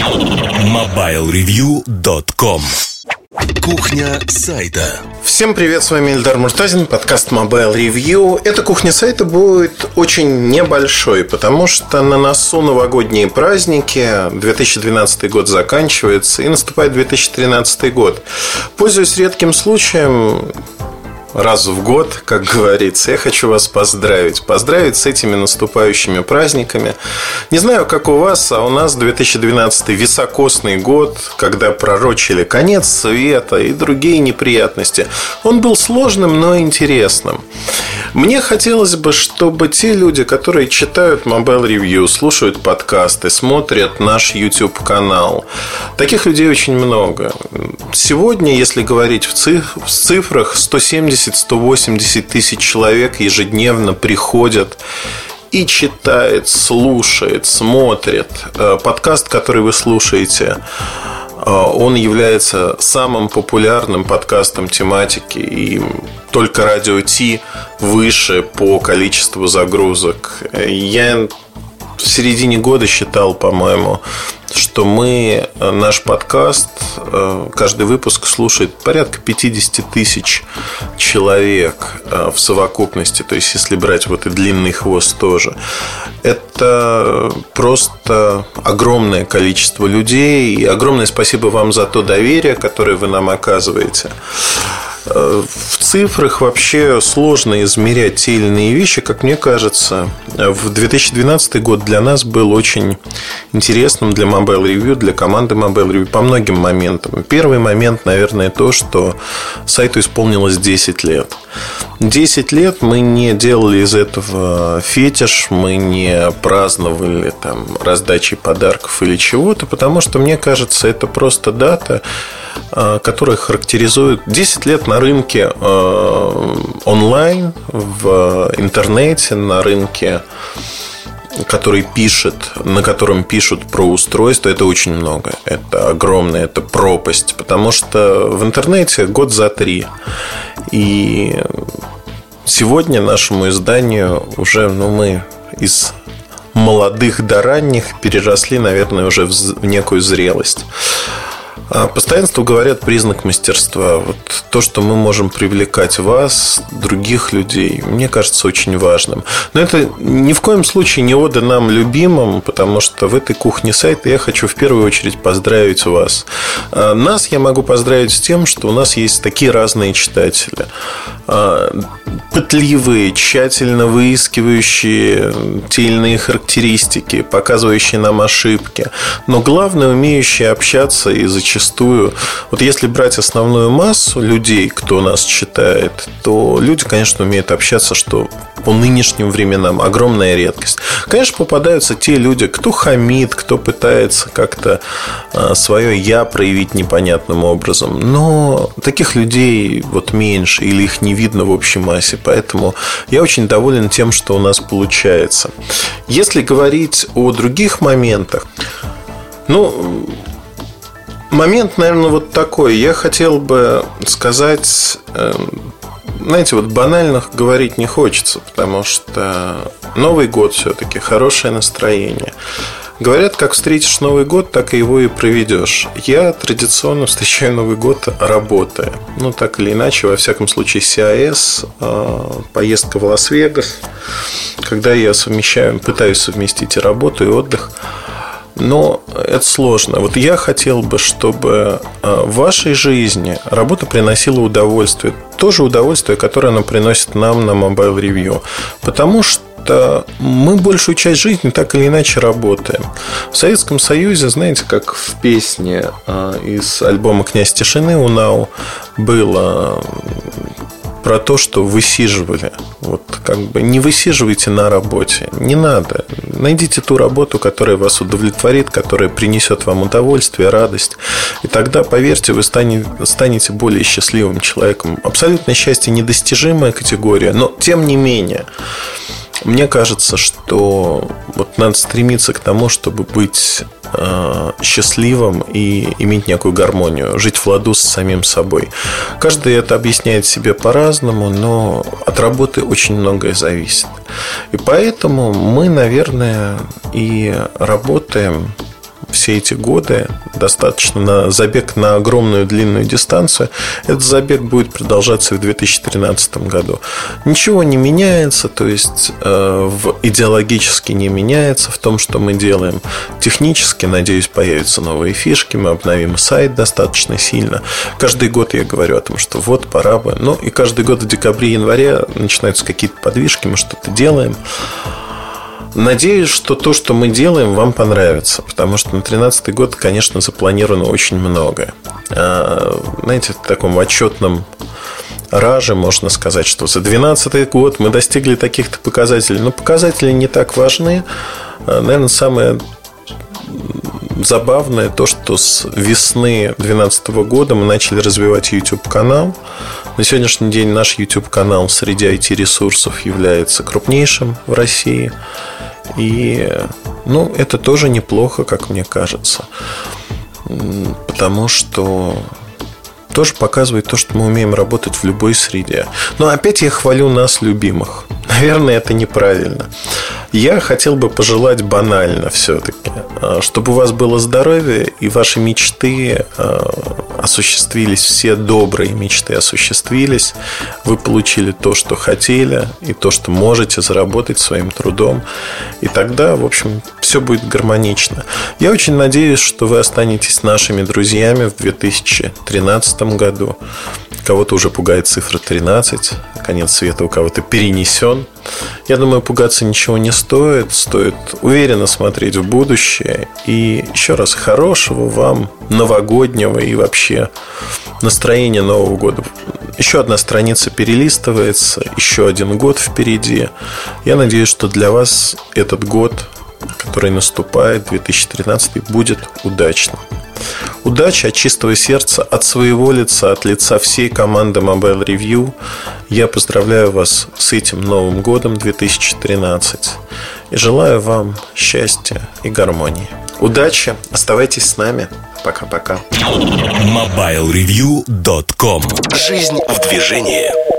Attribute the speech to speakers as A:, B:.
A: MobileReview.com. Кухня сайта.
B: Всем привет, с вами Эльдар Муртазин, подкаст Mobile Review. Эта кухня сайта будет очень небольшой, потому что на носу новогодние праздники, 2012 год заканчивается и наступает 2013 год. Пользуясь редким случаем, раз в год, как говорится, я хочу вас поздравить. Поздравить с этими наступающими праздниками. Не знаю, как у вас, а у нас 2012 високосный год, когда пророчили конец света и другие неприятности. Он был сложным, но интересным. Мне хотелось бы, чтобы те люди, которые читают Mobile Review, слушают подкасты, смотрят наш YouTube-канал, таких людей очень много. Сегодня, если говорить в цифрах, 170-180 тысяч человек ежедневно приходят и читает, слушает, смотрит. Подкаст, который вы слушаете, он является самым популярным подкастом тематики, и только Радио Ти выше по количеству загрузок. Я в середине года считал, по-моему, что наш подкаст, каждый выпуск слушает порядка 50 тысяч человек в совокупности. То есть, если брать вот и длинный хвост тоже. Это просто огромное количество людей. И огромное спасибо вам за то доверие, которое вы нам оказываете. В цифрах вообще сложно измерять те или иные вещи, как мне кажется. В 2012 год для нас был очень интересным, для Mobile Review, для команды Mobile Review по многим моментам. Первый момент, наверное, то, что сайту исполнилось 10 лет. 10 лет мы не делали из этого фетиш, мы не праздновали там раздачей подарков или чего-то, потому что, мне кажется, это просто дата, которая характеризует 10 лет на рынке онлайн, в интернете, на рынке, на котором пишут про устройство. Это очень много. Это огромная, это пропасть. Потому что в интернете год за 3. И сегодня нашему изданию уже, мы из молодых до ранних переросли, наверное, уже в некую зрелость. Постоянство, говорят, признак мастерства. Вот то, что мы можем привлекать вас, других людей, мне кажется очень важным. Но это ни в коем случае не ода нам, любимым, потому что в этой кухне сайта я хочу в первую очередь поздравить вас. Нас я могу поздравить с тем, что у нас есть такие разные читатели. Пытливые, тщательно выискивающие те или иные характеристики, показывающие нам ошибки. Но главное, умеющие общаться и зачастую. Вот если брать основную массу людей, кто нас читает, то люди, конечно, умеют общаться, что по нынешним временам огромная редкость. Конечно, попадаются те люди, кто хамит, кто пытается как-то свое «я» проявить непонятным образом. Но таких людей вот меньше, или их не видно в общей массе. Поэтому я очень доволен тем, что у нас получается. Если говорить о других моментах, момент, наверное, вот такой. Я хотел бы сказать, знаете, вот банально говорить не хочется, потому что Новый год все-таки хорошее настроение. Говорят, как встретишь Новый год, так и его и проведешь. Я традиционно встречаю Новый год работая. Так или иначе, во всяком случае, CIS, поездка в Лас-Вегас, когда я пытаюсь совместить и работу, и отдых. Но это сложно. Вот я хотел бы, чтобы в вашей жизни работа приносила удовольствие. То же удовольствие, которое она приносит нам на Mobile Review. Потому что мы большую часть жизни так или иначе работаем. В Советском Союзе, знаете, как в песне из альбома «Князь тишины» у Нау было про то, что высиживали. Вот не высиживайте на работе. Не надо. Найдите ту работу, которая вас удовлетворит, которая принесет вам удовольствие, радость. И тогда, поверьте, вы станете более счастливым человеком. Абсолютное счастье недостижимая категория, но тем не менее, мне кажется, что вот надо стремиться к тому, чтобы быть счастливым и иметь некую гармонию, жить в ладу с самим собой. Каждый это объясняет себе по-разному, но от работы очень многое зависит. И поэтому мы, наверное, и работаем все эти годы, достаточно на забег на огромную длинную дистанцию. Этот забег будет продолжаться в 2013 году. Ничего не меняется, то есть идеологически не меняется в том, что мы делаем. Технически, надеюсь, появятся новые фишки, мы обновим сайт достаточно сильно. Каждый год я говорю о том, что вот пора бы. Ну и каждый год в декабре-январе начинаются какие-то подвижки, мы что-то делаем. Надеюсь, что то, что мы делаем, вам понравится. Потому что на 2013 год, конечно, запланировано очень многое. Знаете, в таком отчетном раже можно сказать, что за 2012 год мы достигли таких-то показателей. Но показатели не так важны. Наверное, самое забавное то, что с весны 2012 года мы начали развивать YouTube-канал. На сегодняшний день наш YouTube-канал среди IT-ресурсов является крупнейшим в России. И, это тоже неплохо, как мне кажется. Потому что тоже показывает то, что мы умеем работать в любой среде. Но опять я хвалю нас, любимых. Наверное, это неправильно. Я хотел бы пожелать банально все-таки, чтобы у вас было здоровье и ваши мечты осуществились, все добрые мечты осуществились. Вы получили то, что хотели, и то, что можете заработать своим трудом. И тогда, в общем, все будет гармонично. Я очень надеюсь, что вы останетесь нашими друзьями в 2013 году. Кого-то уже пугает цифра 13. Конец света у кого-то перенесен. Я думаю, пугаться ничего не стоит. Стоит уверенно смотреть в будущее. И еще раз, хорошего вам новогоднего и вообще настроения Нового года. Еще одна страница перелистывается. Еще один год впереди. Я надеюсь, что для вас этот год, который наступает, 2013, будет удачным. Удачи от чистого сердца, от своего лица, от лица всей команды Mobile Review. Я поздравляю вас с этим Новым годом 2013 и желаю вам счастья и гармонии. Удачи, оставайтесь с нами. Пока-пока.
A: MobileReview.com. Жизнь в движении.